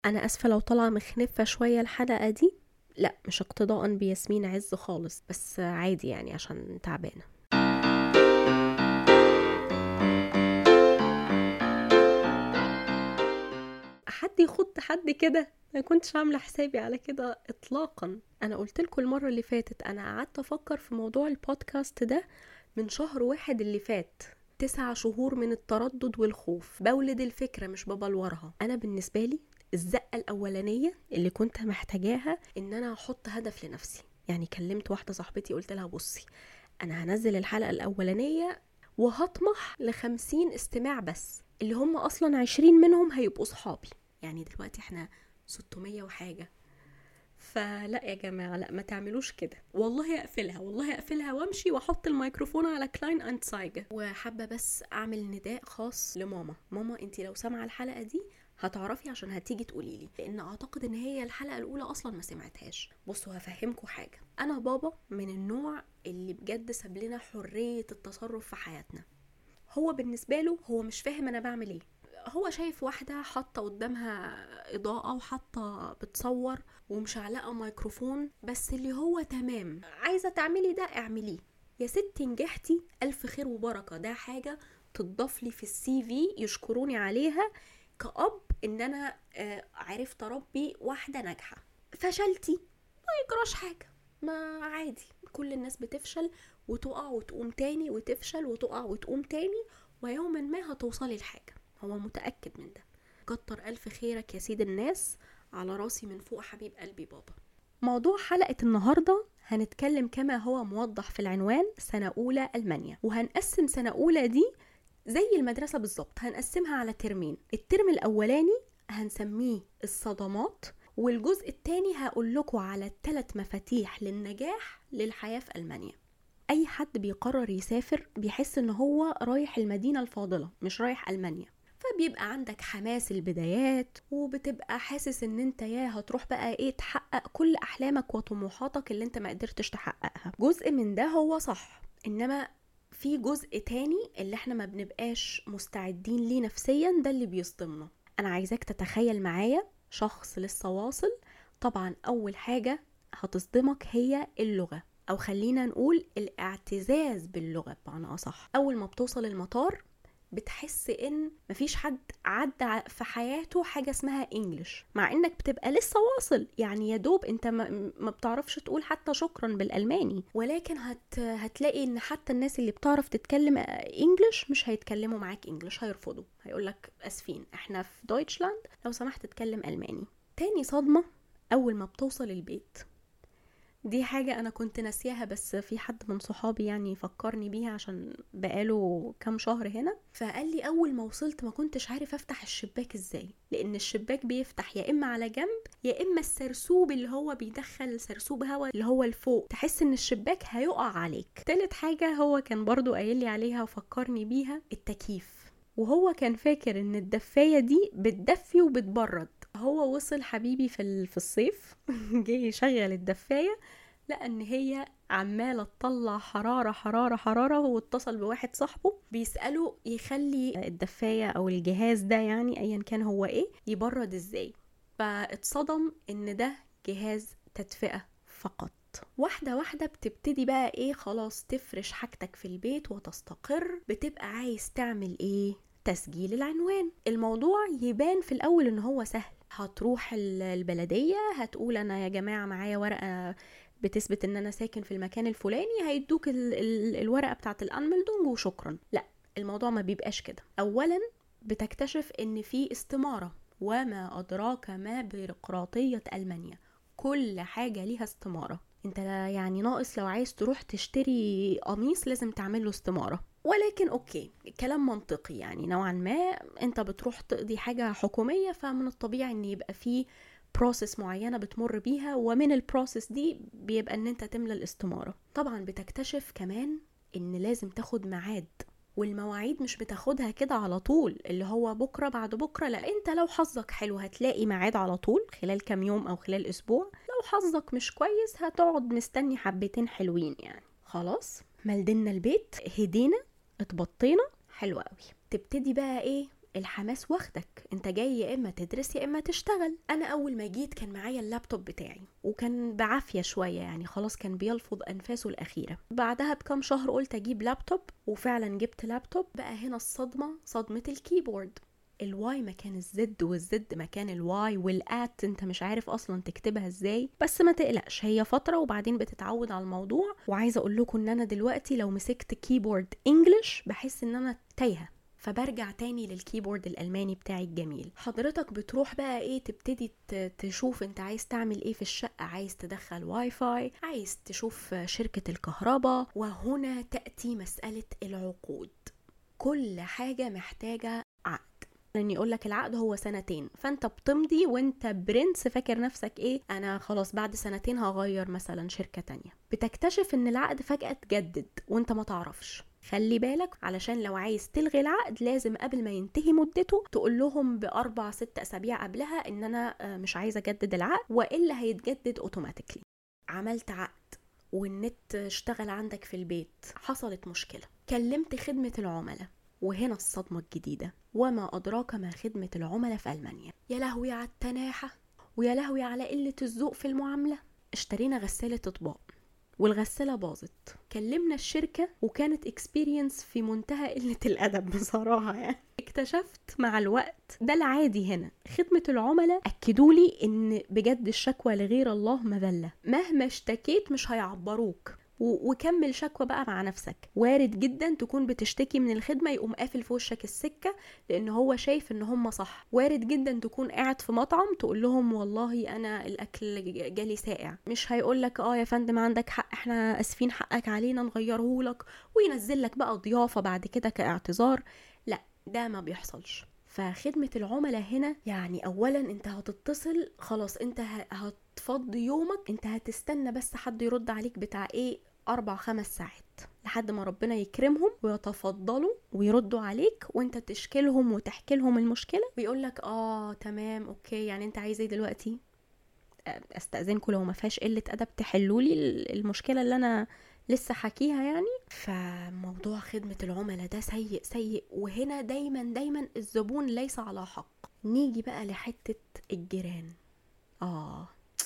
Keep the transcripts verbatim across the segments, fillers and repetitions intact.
انا اسفه لو طالعه مخنفه شويه الحلقه دي. لا، مش اقتضاء بياسمين عز خالص، بس عادي يعني عشان تعبانه. حد يخط حد كده؟ ما كنتش عامله حسابي على كده اطلاقا. انا قلت لكم المره اللي فاتت انا قعدت افكر في موضوع البودكاست ده من شهر واحد اللي فات. تسع شهور من التردد والخوف، بولد الفكره مش ببلورها. انا بالنسبه لي الزقه الاولانيه اللي كنت محتاجاها ان انا احط هدف لنفسي. يعني كلمت واحده صاحبتي قلت لها بصي، انا هنزل الحلقه الاولانيه وهطمح لخمسين استماع بس، اللي هم اصلا عشرين منهم هيبقوا صحابي. يعني دلوقتي احنا ستمية وحاجة. فلا يا جماعة، لا ما تعملوش كده، والله اقفلها والله اقفلها وامشي واحط الميكروفون على كلاين اند سايجا. وحابة بس اعمل نداء خاص لماما. ماما انتي لو سامعة الحلقة دي هتعرفي عشان هتيجي تقوليلي، لان اعتقد ان هي الحلقة الاولى اصلا ما سمعتهاش. بصوا هفهمكم حاجة، انا بابا من النوع اللي بجد ساب لنا حرية التصرف في حياتنا. هو بالنسبة له هو مش فاهم انا بعمل ايه. هو شايف واحدة حاطة قدامها إضاءة وحاطة بتصور ومشعلقة ميكروفون، بس اللي هو تمام، عايزة تعملي ده اعمليه يا ستي، نجحتي ألف خير وبركة، ده حاجة تضاف لي في السي في يشكروني عليها كأب، إن أنا آه عرفت أربي واحدة ناجحة. فشلتي ما يجراش حاجة، ما عادي، كل الناس بتفشل وتقع وتقوم تاني، وتفشل وتقع وتقوم تاني، ويوما ما هتوصلي لحاجة. هو متأكد من ده. كتر ألف خيرك يا سيد الناس، على راسي من فوق حبيب قلبي بابا. موضوع حلقة النهاردة هنتكلم كما هو موضح في العنوان سنة أولى ألمانيا. وهنقسم سنة أولى دي زي المدرسة بالظبط، هنقسمها على ترمين. الترم الأولاني هنسميه الصدمات، والجزء التاني هقول لكم على الثلاث مفاتيح للنجاح للحياة في ألمانيا. أي حد بيقرر يسافر بيحس إن هو رايح المدينة الفاضلة مش رايح ألمانيا، فبيبقى عندك حماس البدايات، وبتبقى حاسس ان انت يا هتروح بقى ايه تحقق كل احلامك وطموحاتك اللي انت ما قدرتش تحققها. جزء من ده هو صح، انما في جزء تاني اللي احنا ما بنبقاش مستعدين ليه نفسيا، ده اللي بيصدمنا. انا عايزاك تتخيل معايا شخص لسه واصل. طبعا اول حاجة هتصدمك هي اللغة، او خلينا نقول الاعتزاز باللغة بمعنى اصح. اول ما بتوصل المطار بتحس ان مفيش حد عدى في حياته حاجة اسمها انجليش، مع انك بتبقى لسه واصل، يعني يا دوب انت ما, ما بتعرفش تقول حتى شكرا بالالماني، ولكن هت هتلاقي ان حتى الناس اللي بتعرف تتكلم انجليش مش هيتكلموا معاك انجليش، هيرفضوا، هيقولك اسفين احنا في دويتشلاند، لو سمحت تتكلم الماني. تاني صدمة اول ما بتوصل البيت. دي حاجة أنا كنت ناسيها، بس في حد من صحابي يعني فكرني بيها عشان بقاله كام شهر هنا. فقال لي أول ما وصلت ما كنتش عارف أفتح الشباك إزاي، لأن الشباك بيفتح يا إما على جنب يا إما السرسوب اللي هو بيدخل سرسوب هوا اللي هو الفوق، تحس إن الشباك هيقع عليك. تالت حاجة هو كان برضو قايل لي عليها وفكرني بيها، التكييف. وهو كان فاكر إن الدفاية دي بتدفي وبتبرد. هو وصل حبيبي في في الصيف جه يشغل الدفاية، لأن هي عمالة تطلع حرارة حرارة حرارة. هو اتصل بواحد صاحبه بيسأله يخلي الدفاية أو الجهاز ده، يعني أيا كان هو إيه، يبرد إزاي. فاتصدم إن ده جهاز تدفئة فقط. واحدة واحدة بتبتدي بقى إيه، خلاص تفرش حاجتك في البيت وتستقر. بتبقى عايز تعمل إيه؟ تسجيل العنوان. الموضوع يبان في الأول إن هو سهل، هتروح البلدية هتقول أنا يا جماعة معايا ورقة بتثبت ان انا ساكن في المكان الفلاني، هيدوك ال ال الورقة بتاعت الانملدونج وشكرا. لا، الموضوع ما بيبقاش كده. اولا بتكتشف ان في استمارة، وما ادراك ما بيروقراطية المانيا، كل حاجة ليها استمارة. انت يعني ناقص لو عايز تروح تشتري قميص لازم تعمل له استمارة. ولكن اوكي، كلام منطقي يعني نوعا ما، انت بتروح تقضي حاجة حكومية، فمن الطبيعي ان يبقى فيه بروسس معينة بتمر بيها، ومن البروسس دي بيبقى ان انت تملى الاستمارة. طبعا بتكتشف كمان ان لازم تاخد ميعاد، والمواعيد مش بتاخدها كده على طول اللي هو بكرة بعد بكرة، لا، انت لو حظك حلو هتلاقي ميعاد على طول خلال كام يوم او خلال اسبوع، لو حظك مش كويس هتقعد مستني حبتين حلوين. يعني خلاص ملدنا البيت، هدينا، اتبطينا، حلوة قوي. تبتدي بقى ايه الحماس واخدك، انت جاي يا اما تدرس يا اما تشتغل. انا اول ما جيت كان معايا اللابتوب بتاعي وكان بعافية شوية، يعني خلاص كان بيلفظ انفاسه الاخيرة. بعدها بكم شهر قلت اجيب لابتوب، وفعلا جبت لابتوب. بقى هنا الصدمة، صدمة الكيبورد. الواي مكان الزد والزد مكان الواي، والات انت مش عارف اصلا تكتبها ازاي. بس ما تقلقش، هي فترة وبعدين بتتعود على الموضوع. وعايزة اقول لكم ان انا دلوقتي لو مسكت كيبورد انجلش بحس ان انا تايهة، فبرجع تاني للكيبورد الألماني بتاعي الجميل. حضرتك بتروح بقى ايه، تبتدي تشوف انت عايز تعمل ايه في الشقة، عايز تدخل واي فاي، عايز تشوف شركة الكهرباء. وهنا تأتي مسألة العقود. كل حاجة محتاجة عقد، لان يقول لك العقد هو سنتين، فانت بتمضي وانت برنس فاكر نفسك ايه، انا خلاص بعد سنتين هغير مثلا شركة تانية. بتكتشف ان العقد فجأة اتجدد وانت ما تعرفش. خلي بالك، علشان لو عايز تلغي العقد لازم قبل ما ينتهي مدته تقول لهم بأربع ست أسابيع قبلها إن أنا مش عايزة أجدد العقد، وإلا هيتجدد أوتوماتيكلي. عملت عقد والنت اشتغل عندك في البيت، حصلت مشكلة، كلمت خدمة العملاء. وهنا الصدمة الجديدة، وما أدراك ما خدمة العملاء في ألمانيا. يا لهوي على التناحة، ويا لهوي على قلة الذوق في المعاملة. اشترينا غسالة أطباق والغسالة باظت. كلمنا الشركة وكانت اكسبيرينس في منتهى قلة الأدب بصراحة. يعني اكتشفت مع الوقت ده العادي هنا. خدمة العملاء أكدوا لي إن بجد الشكوى لغير الله مذلة، مهما اشتكيت مش هيعبروك، وكمل شكوى بقى مع نفسك. وارد جدا تكون بتشتكي من الخدمة يقوم قافل في وشك السكة لان هو شايف ان هم صح. وارد جدا تكون قاعد في مطعم تقول لهم والله انا الاكل جالي ساقع، مش هيقولك اه يا فندم عندك حق، احنا اسفين حقك علينا نغيره لك وينزل لك بقى ضيافة بعد كده كاعتذار. لا، ده ما بيحصلش. فخدمة العملاء هنا يعني اولا انت هتتصل خلاص، انت هتفضي يومك، انت هتستنى بس حد يرد عليك بتاع ايه أربع خمس ساعات لحد ما ربنا يكرمهم ويتفضلوا ويردوا عليك، وانت تشكلهم وتحكي لهم المشكلة ويقولك اه تمام اوكي، يعني انت عايز ايه دلوقتي؟ استأذنكم لو ما فيهاش قلة أدب تحلولي المشكلة اللي أنا لسه حكيها يعني. فموضوع خدمة العملاء ده سيء سيء. وهنا دايما دايما الزبون ليس على حق. نيجي بقى لحتة الجيران اه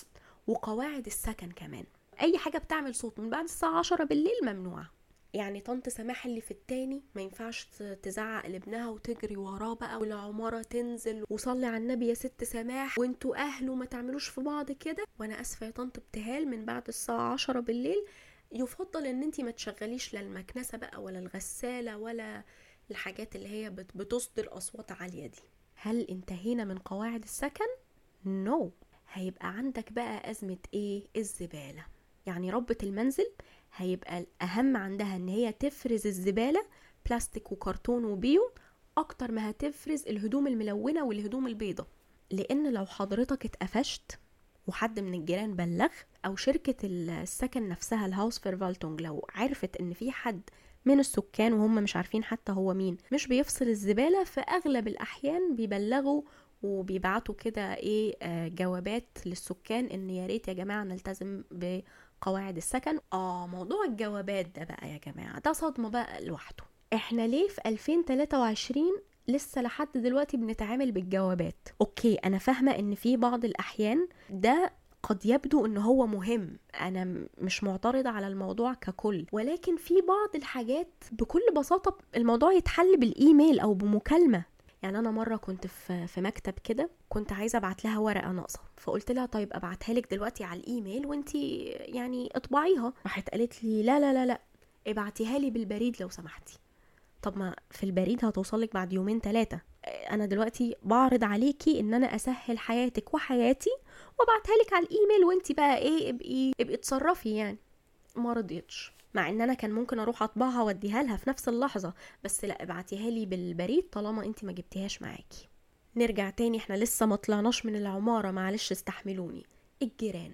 وقواعد السكن كمان. اي حاجة بتعمل صوت من بعد الساعة عشرة بالليل ممنوعة. يعني طنط سماح اللي في التاني ما ينفعش تزعق لابنها وتجري وراه بقى والعمارة تنزل وصلي على النبي يا ست سماح وانتوا اهله ما تعملوش في بعض كده. وانا اسفة يا طنط ابتهال، من بعد الساعة عشرة بالليل يفضل ان انتي ما تشغليش لا المكنسة بقى ولا الغسالة ولا الحاجات اللي هي بتصدر اصوات عالية دي. هل انتهينا من قواعد السكن؟ نو no. هيبقى عندك بقى ازمة ايه؟ الزبالة. يعني ربة المنزل هيبقى الأهم عندها ان هي تفرز الزبالة بلاستيك وكرتون وبيو اكتر ما هتفرز الهدوم الملونة والهدوم البيضة. لان لو حضرتك اتقفشت وحد من الجيران بلغ، او شركة السكن نفسها الهاوس فيرفالتونج لو عرفت ان في حد من السكان وهم مش عارفين حتى هو مين مش بيفصل الزبالة، فاغلب الاحيان بيبلغوا وبيبعتوا كده ايه آه جوابات للسكان ان يا ريت يا جماعة نلتزم بقواعد السكن. اه موضوع الجوابات ده بقى يا جماعة ده صدمة بقى لوحده. احنا ليه في ألفين وثلاثة وعشرين لسه لحد دلوقتي بنتعامل بالجوابات؟ اوكي انا فاهمة ان في بعض الاحيان ده قد يبدو ان هو مهم، انا مش معترضة على الموضوع ككل، ولكن في بعض الحاجات بكل بساطة الموضوع يتحل بالايميل او بمكالمة. يعني انا مره كنت في في مكتب كده، كنت عايزه ابعت لها ورقه ناقصه، فقلت لها طيب ابعتها لك دلوقتي على الايميل وانتي يعني اطبعيها. راحت قالت لي لا لا لا لا ابعتيها لي بالبريد لو سمحتي. طب ما في البريد هتوصل لك بعد يومين ثلاثه، انا دلوقتي بعرض عليكي ان انا اسهل حياتك وحياتي وابعتها لك على الايميل وانتي بقى ايه ابقي ابقي اتصرفي. يعني ما رضيتش، مع ان انا كان ممكن اروح اطبعها واديها لها في نفس اللحظة، بس لا ابعتيها لي بالبريد طالما انت ما جبتيهاش معاكي. نرجع تاني، احنا لسه ما طلعناش من العمارة، معلش استحملوني. الجيران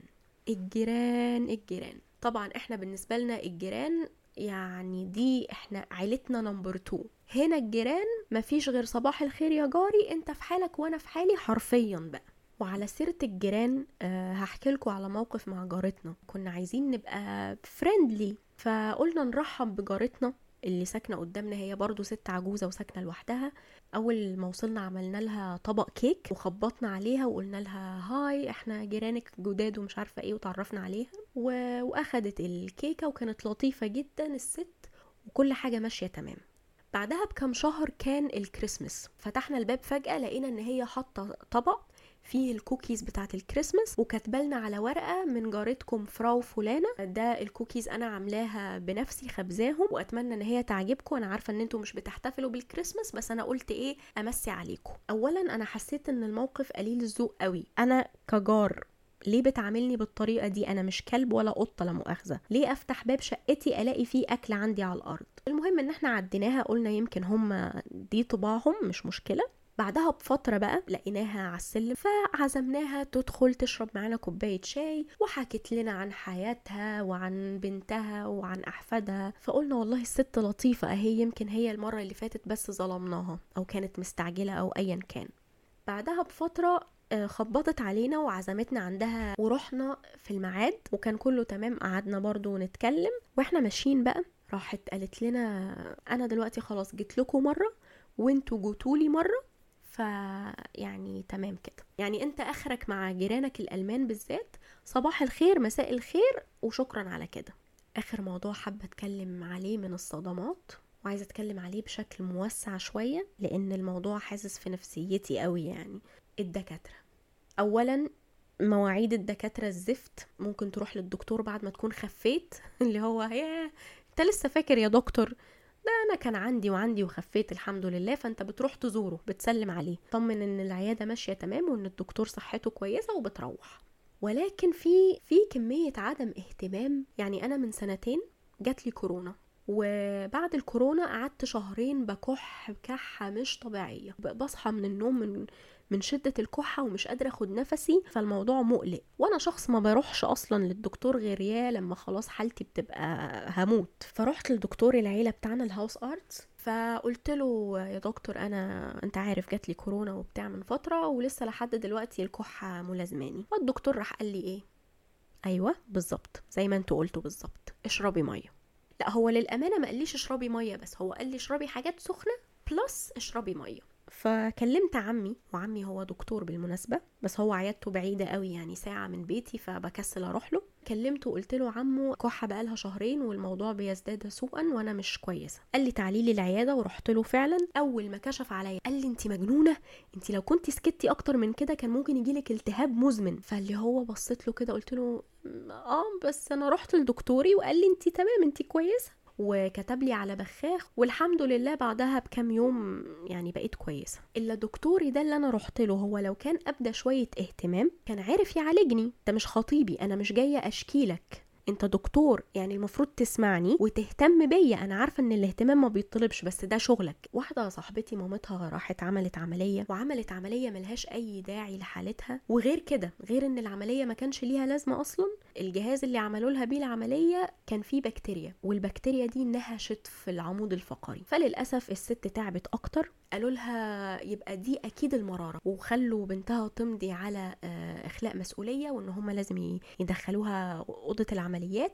الجيران الجيران طبعا احنا بالنسبة لنا الجيران يعني دي احنا عيلتنا نمبر تو. هنا الجيران مفيش غير صباح الخير يا جاري، انت في حالك وانا في حالي حرفيا بقى. وعلى سيرة الجيران أه هحكي لكم على موقف مع جارتنا. كنا عايزين نبقى فريندلي، فقلنا نرحب بجارتنا اللي ساكنة قدامنا هي برضو ست عجوزة وساكنة لوحدها. اول ما وصلنا عملنا لها طبق كيك وخبطنا عليها وقلنا لها هاي احنا جيرانك جداد ومش عارفة ايه، وتعرفنا عليها و... واخدت الكيكة وكانت لطيفة جدا الست، وكل حاجة ماشية تمام. بعدها بكم شهر كان الكريسماس، فتحنا الباب فجأة لقينا ان هي حاطة طبق فيه الكوكيز بتاعت الكريسماس، وكاتبالنا على ورقة من جارتكم فراو فلانة، ده الكوكيز انا عاملاها بنفسي خبزاهم واتمنى ان هي تعجبكم، انا عارفة ان انتوا مش بتحتفلوا بالكريسماس بس انا قلت ايه امسي عليكم. اولا انا حسيت ان الموقف قليل الذوق قوي، انا كجار ليه بتعاملني بالطريقة دي؟ انا مش كلب ولا قطة لا مؤاخذة، ليه افتح باب شقتي الاقي فيه اكل عندي على الارض؟ المهم ان احنا عديناها، قلنا يمكن هم دي طباعهم مش مشكلة. بعدها بفترة بقى لقيناها على السلم، فعزمناها تدخل تشرب معانا كوباية شاي، وحكت لنا عن حياتها وعن بنتها وعن أحفادها، فقلنا والله الست لطيفة اهي، يمكن هي المرة اللي فاتت بس ظلمناها أو كانت مستعجلة أو أيا كان. بعدها بفترة خبطت علينا وعزمتنا عندها ورحنا في الميعاد وكان كله تمام، قعدنا برضو نتكلم واحنا ماشيين بقى راحت قالت لنا انا دلوقتي خلاص جيت لكم مرة وانتوا جوتولي مرة، فيعني تمام كده، يعني انت اخرك مع جيرانك الالمان بالذات صباح الخير مساء الخير وشكرا على كده. اخر موضوع حابة اتكلم عليه من الصدمات، وعايزة اتكلم عليه بشكل موسع شوية لان الموضوع حاسس في نفسيتي قوي، يعني الدكاترة. اولا مواعيد الدكاترة الزفت، ممكن تروح للدكتور بعد ما تكون خفيت اللي هو يا انت لسه فاكر يا دكتور ده انا كان عندي وعندي وخفيت الحمد لله، فانت بتروح تزوره بتسلم عليه طمن ان العيادة ماشية تمام وان الدكتور صحته كويسة وبتروح. ولكن في في كمية عدم اهتمام، يعني انا من سنتين جات لي كورونا، وبعد الكورونا قعدت شهرين بكح كحة مش طبيعية، بصحى من النوم من من شدة الكحة ومش قادرة اخد نفسي، فالموضوع مقلق، وانا شخص ما بروحش اصلا للدكتور غير يا لما خلاص حالتي بتبقى هموت. فرحت لدكتور العيلة بتاعنا الهاوس ارتس، فقلت له يا دكتور انا انت عارف جات لي كورونا وبتاع من فترة ولسه لحد دلوقتي الكحة ملازماني. والدكتور راح قال لي ايه، ايوه بالظبط زي ما انتوا قلتوا بالظبط، اشربي ميه. لا هو للامانه ما قاليش اشربي ميه بس، هو قال لي اشربي حاجات سخنه بلس اشربي ميه. فكلمت عمي، وعمي هو دكتور بالمناسبه بس هو عيادته بعيده قوي يعني ساعه من بيتي فبكسل اروح له. كلمته وقلت له عمو كحه بقالها شهرين والموضوع بيزداد سوءا وانا مش كويسه. قال لي تعالي لي العياده، ورحت له فعلا. اول ما كشف عليا قال لي انت مجنونه، انت لو كنتي سكتي اكتر من كده كان ممكن يجيلك التهاب مزمن. فاللي هو بصيت له كده قلت له اه بس انا رحت لدكتوري وقال لي انت تمام انت كويسه، وكتب لي على بخاخ والحمد لله بعدها بكام يوم يعني بقيت كويسه. الا دكتوري ده اللي انا رحت له هو لو كان ابدى شويه اهتمام كان عارف يعالجني. ده مش خطيبي، انا مش جايه اشكيلك، انت دكتور يعني المفروض تسمعني وتهتم بيا، انا عارفه ان الاهتمام ما بيطلبش بس ده شغلك. واحده صاحبتي مامتها راحت عملت عمليه، وعملت عمليه ملهاش اي داعي لحالتها، وغير كده غير ان العمليه ما كانش ليها لازمه اصلا، الجهاز اللي عملوا لها بيه العمليه كان فيه بكتيريا، والبكتيريا دي نهشت في العمود الفقري، فللاسف الست تعبت اكتر. قالوا لها يبقى دي اكيد المراره، وخلوا بنتها تمضي على اخلاء مسؤوليه وان هم لازم يدخلوها اوضه العمليات،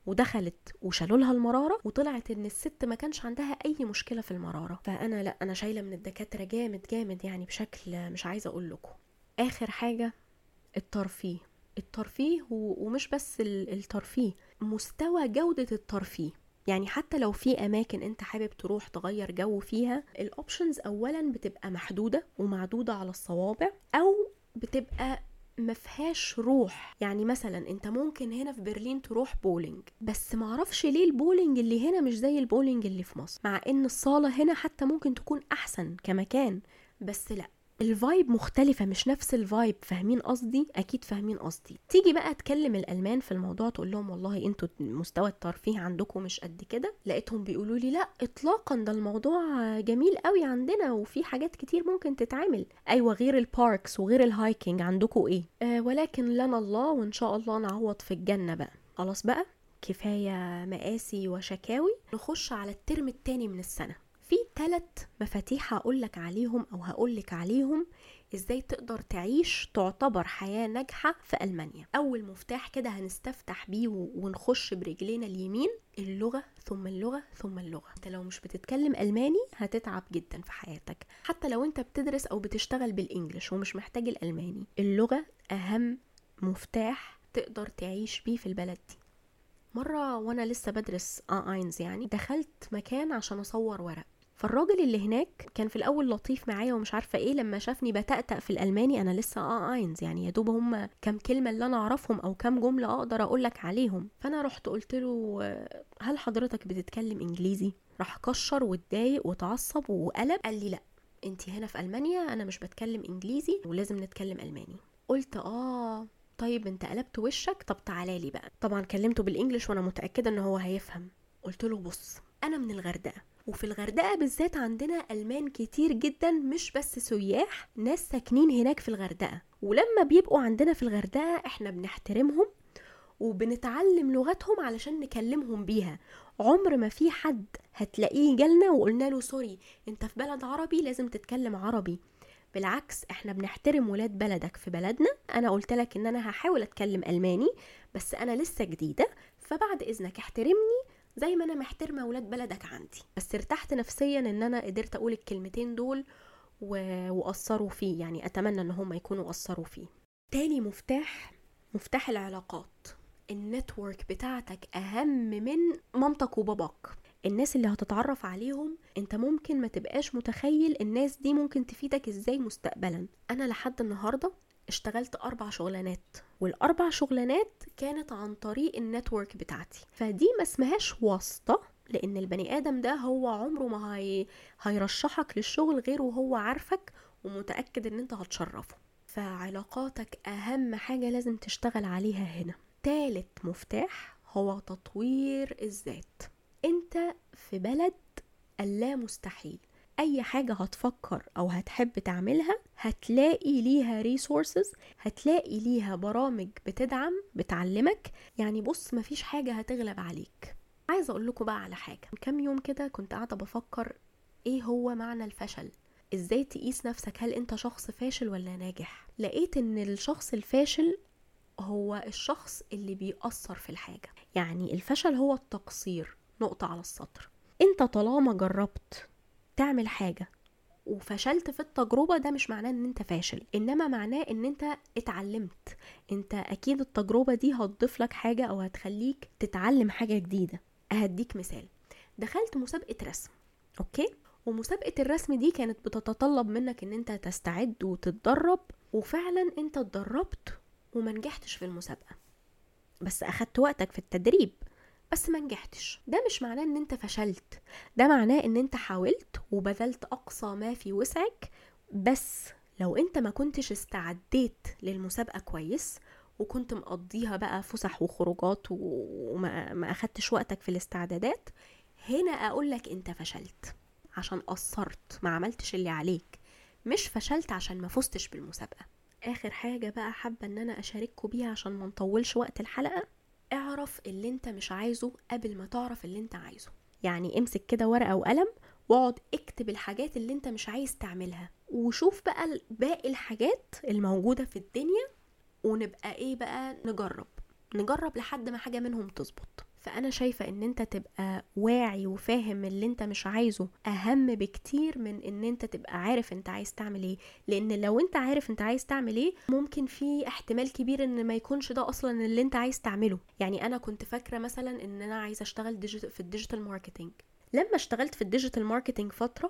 ودخلت وشالوا لها المراره، وطلعت ان الست ما كانش عندها اي مشكله في المراره. فانا لا انا شايله من الدكاتره جامد جامد يعني بشكل مش عايزه اقول لكم. اخر حاجه الترفيه، الترفيه ومش بس الترفيه، مستوى جوده الترفيه. يعني حتى لو في اماكن انت حابب تروح تغير جو فيها، الاوبشنز اولا بتبقى محدوده ومعدوده على الصوابع، او بتبقى مفيهاش روح. يعني مثلا انت ممكن هنا في برلين تروح بولينج، بس معرفش ليه البولينج اللي هنا مش زي البولينج اللي في مصر، مع ان الصاله هنا حتى ممكن تكون احسن كمكان، بس لا الفايب مختلفة مش نفس الفايب. فاهمين قصدي؟ اكيد فاهمين قصدي. تيجي بقى تكلم الالمان في الموضوع تقول لهم والله انتوا مستوى الترفيه عندكم مش قد كده، لقيتهم بيقولوا لي لا اطلاقا ده الموضوع جميل قوي عندنا وفي حاجات كتير ممكن تتعمل. ايوه غير الباركس وغير الهايكنج عندكم ايه؟ آه ولكن لنا الله وان شاء الله نعوض في الجنة بقى. خلاص بقى كفاية مقاسي وشكاوي، نخش على الترم التاني من السنة. في ثلاث مفاتيح هقولك عليهم او هقولك عليهم ازاي تقدر تعيش تعتبر حياة ناجحة في ألمانيا. اول مفتاح كده هنستفتح بيه ونخش برجلينا اليمين، اللغة ثم اللغة ثم اللغة. انت لو مش بتتكلم ألماني هتتعب جدا في حياتك، حتى لو انت بتدرس او بتشتغل بالانجليش ومش محتاج الألماني. اللغة اهم مفتاح تقدر تعيش بيه في البلد دي. مرة وانا لسه بدرس آينز يعني، دخلت مكان عشان اصور ورق، فالراجل اللي هناك كان في الاول لطيف معايا ومش عارفه ايه. لما شافني بتأتأ في الالماني، انا لسه اه اينز يعني، يا دوب هم كام كلمه اللي انا اعرفهم او كام جمله اقدر اقول لك عليهم. فانا رحت قلت له هل حضرتك بتتكلم انجليزي؟ راح كشر واتضايق وتعصب وقلب، قال لي لا انتي هنا في المانيا، انا مش بتكلم انجليزي ولازم نتكلم الماني. قلت اه طيب انت قلبت وشك، طب تعالى لي بقى. طبعا كلمته بالانجليش وانا متاكده ان هو هيفهم. قلت له بص، انا من الغردقه، وفي الغردقة بالذات عندنا ألمان كتير جدا، مش بس سياح، ناس ساكنين هناك في الغردقة، ولما بيبقوا عندنا في الغردقة احنا بنحترمهم وبنتعلم لغتهم علشان نكلمهم بيها. عمر ما في حد هتلاقيه جالنا وقلنا له سوري انت في بلد عربي لازم تتكلم عربي. بالعكس احنا بنحترم ولاد بلدك في بلدنا. انا قلت لك ان انا هحاول اتكلم ألماني بس انا لسه جديدة، فبعد اذنك احترمني زي ما انا محترمه ولاد بلدك عندي. بس ارتحت نفسيا ان انا قدرت اقول الكلمتين دول و... واثروا فيه، يعني اتمنى ان هم يكونوا اثروا فيه. تاني مفتاح، مفتاح العلاقات. النتورك بتاعتك اهم من مامتك وباباك. الناس اللي هتتعرف عليهم انت ممكن ما تبقاش متخيل الناس دي ممكن تفيدك ازاي مستقبلا. انا لحد النهارده اشتغلت أربع شغلانات، والأربع شغلانات كانت عن طريق النتورك بتاعتي. فدي ما اسمهاش واسطة، لأن البني آدم ده هو عمره ما هي... هيرشحك للشغل غير وهو عارفك ومتأكد ان انت هتشرفه. فعلاقاتك أهم حاجة لازم تشتغل عليها هنا. تالت مفتاح هو تطوير الذات. انت في بلد اللا مستحيل، اي حاجة هتفكر او هتحب تعملها هتلاقي ليها resources، هتلاقي ليها برامج بتدعم بتعلمك. يعني بص مفيش حاجة هتغلب عليك. عايزة اقول لكم بقى على حاجة. كام يوم كده كنت قاعدة بفكر ايه هو معنى الفشل، ازاي تقيس نفسك، هل انت شخص فاشل ولا ناجح. لقيت ان الشخص الفاشل هو الشخص اللي بيأثر في الحاجة. يعني الفشل هو التقصير، نقطة على السطر. انت طالما جربت تعمل حاجة وفشلت في التجربة، ده مش معناه ان انت فاشل، انما معناه ان انت اتعلمت. انت اكيد التجربة دي هتضيف لك حاجة او هتخليك تتعلم حاجة جديدة. اهديك مثال، دخلت مسابقة رسم، اوكي، ومسابقة الرسم دي كانت بتتطلب منك ان انت تستعد وتتدرب، وفعلا انت اتدربت وما نجحتش في المسابقة، بس اخدت وقتك في التدريب بس ما نجحتش. ده مش معناه ان انت فشلت، ده معناه ان انت حاولت وبذلت اقصى ما في وسعك. بس لو انت ما كنتش استعديت للمسابقة كويس وكنت مقضيها بقى فسح وخروجات وما ما اخدتش وقتك في الاستعدادات، هنا اقولك انت فشلت عشان قصرت، ما عملتش اللي عليك، مش فشلت عشان ما فزتش بالمسابقة. اخر حاجة بقى حابة ان انا اشارككم بيها عشان ما نطولش وقت الحلقة. اعرف اللي انت مش عايزه قبل ما تعرف اللي انت عايزه. يعني امسك كده ورقة وقلم واقعد اكتب الحاجات اللي انت مش عايز تعملها، وشوف بقى باقي الحاجات الموجودة في الدنيا، ونبقى ايه بقى نجرب نجرب لحد ما حاجة منهم تظبط. فانا شايفة ان انت تبقى واعي وفاهم اللي انت مش عايزه اهم بكتير من ان انت تبقى عارف انت عايز تعمل ايه. لان لو انت عارف انت عايز تعمل ايه، ممكن في احتمال كبير ان ما يكونش ده اصلا اللي انت عايز تعمله. يعني انا كنت فاكرة مثلا ان انا عايزة اشتغل ديجيتال في الديجيتال ماركتينج. لما اشتغلت في الديجيتال ماركتينج فترة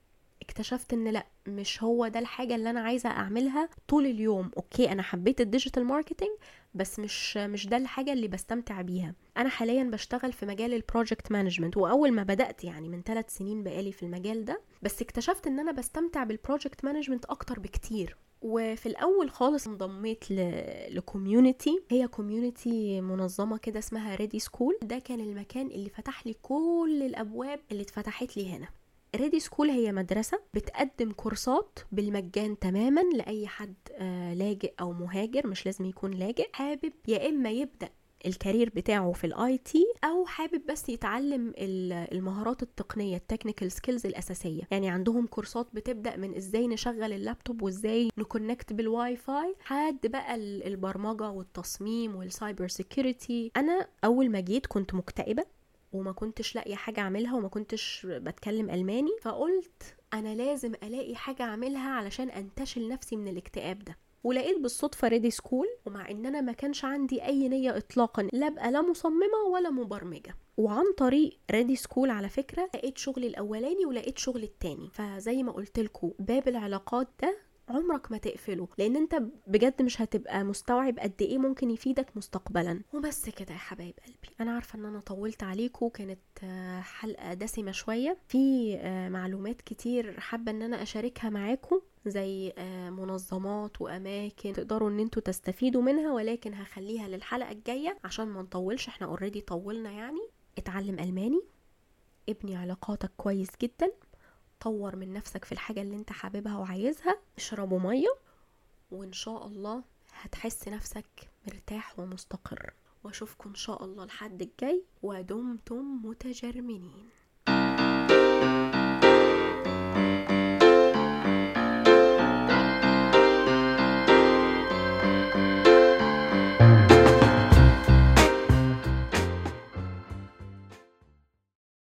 اكتشفت ان لا، مش هو ده الحاجة اللي انا عايزة اعملها طول اليوم. اوكي انا حبيت الديجيتال ماركتينج بس مش مش ده الحاجة اللي بستمتع بيها. انا حاليا بشتغل في مجال البروجكت مانجمنت، واول ما بدأت يعني من ثلاث سنين بقالي في المجال ده، بس اكتشفت ان انا بستمتع بالبروجكت مانجمنت اكتر بكتير. وفي الاول خالص انضميت لكوميونتي، هي كوميونتي منظمة كده اسمها ريدي سكول. ده كان المكان اللي فتح لي كل الابواب اللي اتفتحت لي هنا. ريدي سكول هي مدرسة بتقدم كورسات بالمجان تماما لأي حد آه لاجئ أو مهاجر، مش لازم يكون لاجئ، حابب يا إما يبدأ الكارير بتاعه في الاي تي، او حابب بس يتعلم المهارات التقنيه التكنيكال سكيلز الاساسيه. يعني عندهم كورسات بتبدا من ازاي نشغل اللابتوب وازاي نكونكت بالواي فاي لحد بقى البرمجه والتصميم والسايبر سيكيورتي. انا اول ما جيت كنت مكتئبه وما كنتش لاقيه حاجه اعملها وما كنتش بتكلم الماني، فقلت انا لازم الاقي حاجه اعملها علشان انتشل نفسي من الاكتئاب ده. ولقيت بالصدفه ريدي سكول، ومع ان انا ما كانش عندي اي نيه اطلاقا لا ابقى لا مصممه ولا مبرمجه، وعن طريق ريدي سكول على فكره لقيت شغلي الاولاني ولقيت شغلي التاني. فزي ما قلت لكم باب العلاقات ده عمرك ما تقفله، لان انت بجد مش هتبقى مستوعب قد ايه ممكن يفيدك مستقبلا. وبس كده يا حبايب قلبي، انا عارفه ان انا طولت عليكم، كانت حلقه دسمه شويه، في معلومات كتير حابه ان انا اشاركها معاكم، زي منظمات واماكن تقدروا ان انتوا تستفيدوا منها، ولكن هخليها للحلقه الجايه عشان ما نطولش، احنا اوريدي طولنا. يعني اتعلم الماني، ابني علاقاتك كويس جدا، طور من نفسك في الحاجة اللي انت حاببها وعايزها، اشربوا مية، وان شاء الله هتحس نفسك مرتاح ومستقر. واشوفكم ان شاء الله الحد الجاي، ودمتم متجرمنين.